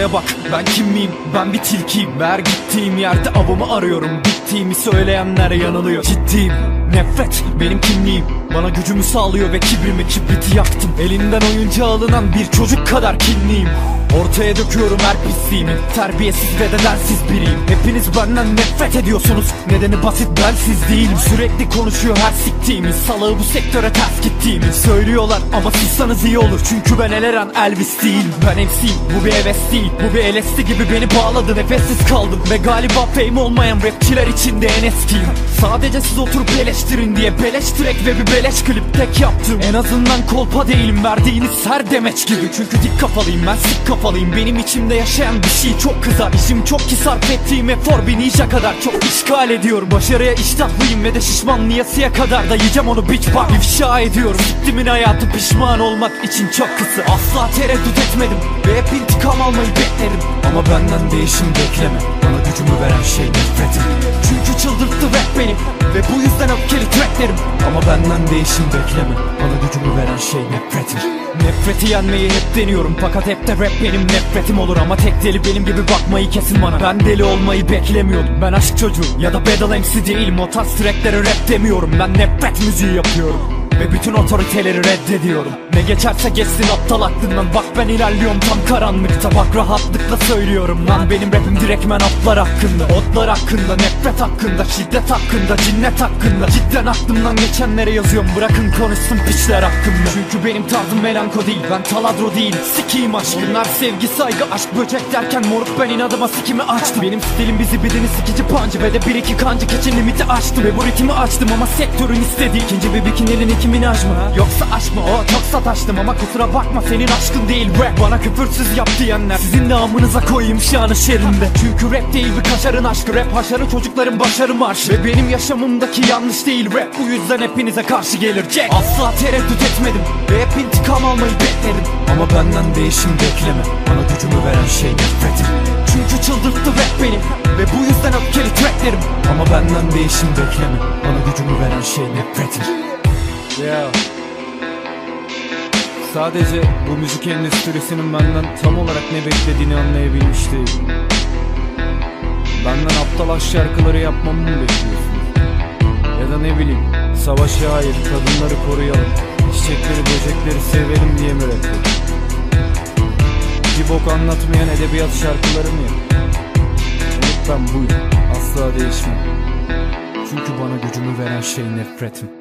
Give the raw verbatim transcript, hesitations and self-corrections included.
dinle bak, ben kim miyim? Ben bir tilkiyim. Her gittiğim yerde avımı arıyorum. Bittiğimi söyleyenler yanılıyor. Ciddiyim, nefret benim kimliğim. Bana gücümü sağlıyor ve kibrimi kibriti yaktım. Elinden oyuncağı alınan bir çocuk kadar kinliyim. Ortaya döküyorum her pisliğimi. Terbiyesiz ve de dersiz biriyim. Hepiniz benden nefret ediyorsunuz. Nedeni basit, bensiz değilim. Sürekli konuşuyor her siktiğimi. Salağı bu sektöre ters gittiğimi söylüyorlar ama sussanız iyi olur. Çünkü ben Eleren Elvis değilim. Ben M C'yim, bu bir heves değil. Bu bir L S D gibi beni bağladı. Nefessiz kaldım ve galiba fame olmayan rapçiler içinde en eskiyim. Sadece siz oturup eleştirin diye beleş track ve bir beleş klip tek yaptım. En azından kolpa değilim verdiğiniz her demeç gibi. Çünkü dik kafalıyım, ben sik kafalıyım. Benim içimde yaşayan bir şey çok kızar. İşim çok ki sarf ettiğim efor bir ninja kadar çok işgal ediyorum. Başarıya iştahlıyım ve de şişmanlıyasıya kadar da yiyeceğim onu bitch bak. İfşa ediyorum siktimin hayatı, pişman olmak için çok kısa. Asla tereddüt etmedim ve hep intikam almayı beklerim. Ama benden değişim bekleme, bana gücümü veren şey nefretim. Çünkü çıldırttı rap beni ve bu yüzden öfkeli tracklerim. Ama benden değişim bekleme, bana gücümü veren şey nefretim. Nefreti yenmeyi hep deniyorum fakat hep de rap benim nefretim olur. Ama tek deli benim gibi bakmayı kesin bana. Ben deli olmayı beklemiyordum, ben aşk çocuğu ya da battle M C değilim. O tarz tracklere rap demiyorum, ben nefret müziği yapıyorum ve bütün otoriteleri reddediyorum. Ne geçerse geçsin aptal aklından. Bak ben ilerliyorum tam karanlıkta. Bak rahatlıkla söylüyorum lan, benim rapim direktmen atlar hakkında. Otlar hakkında, nefret hakkında, şiddet hakkında, cinnet hakkında. Cidden aklımdan geçenlere yazıyorum, bırakın konuşsun piçler hakkında. Çünkü benim tarzım melanko değil, ben taladro değil. Sikiyim aşk, bunlar sevgi saygı aşk böcek derken moruk ben inadıma sikimi açtım. Benim stilim bizi bidini sikici pancı ve de bir iki kancı keçin limiti açtım. Ve bu ritmi açtım ama sektörün istediği ikinci bir bikinili Nicki Minaj mı? Yoksa aşk mı? O çok sataştım ama kusura bakma senin aşkın değil rap. Bana küfürsüz yap diyenler sizin de amınıza koyayım şanı şerinde. Çünkü rap değil bir kaşarın aşkı, rap haşarı çocukların başarı marşı. Ve benim yaşamımdaki yanlış değil rap, bu yüzden hepinize karşı gelir Jack. Asla tereddüt etmedim ve hep intikam almayı bekledim. Ama benden değişim bekleme, bana gücümü veren şey nefretim. Çünkü çıldırttı rap beni ve bu yüzden öfkeli tracklerim. Ama benden değişim bekleme, bana gücümü veren şey nefretim. Yeah. Sadece bu müzik endüstrisinin benden tam olarak ne beklediğini anlayabilmiş değilim. Benden aptal aşk şarkıları yapmamı mı bekliyorsunuz? Ya da ne bileyim, savaşa hayır, kadınları koruyalım, çiçekleri böcekleri sevelim diye mi rap? Bir bok anlatmayan edebiyat şarkıları mı yap? Evet, ben buyum, asla değişmem. Çünkü bana gücümü veren şey nefretim.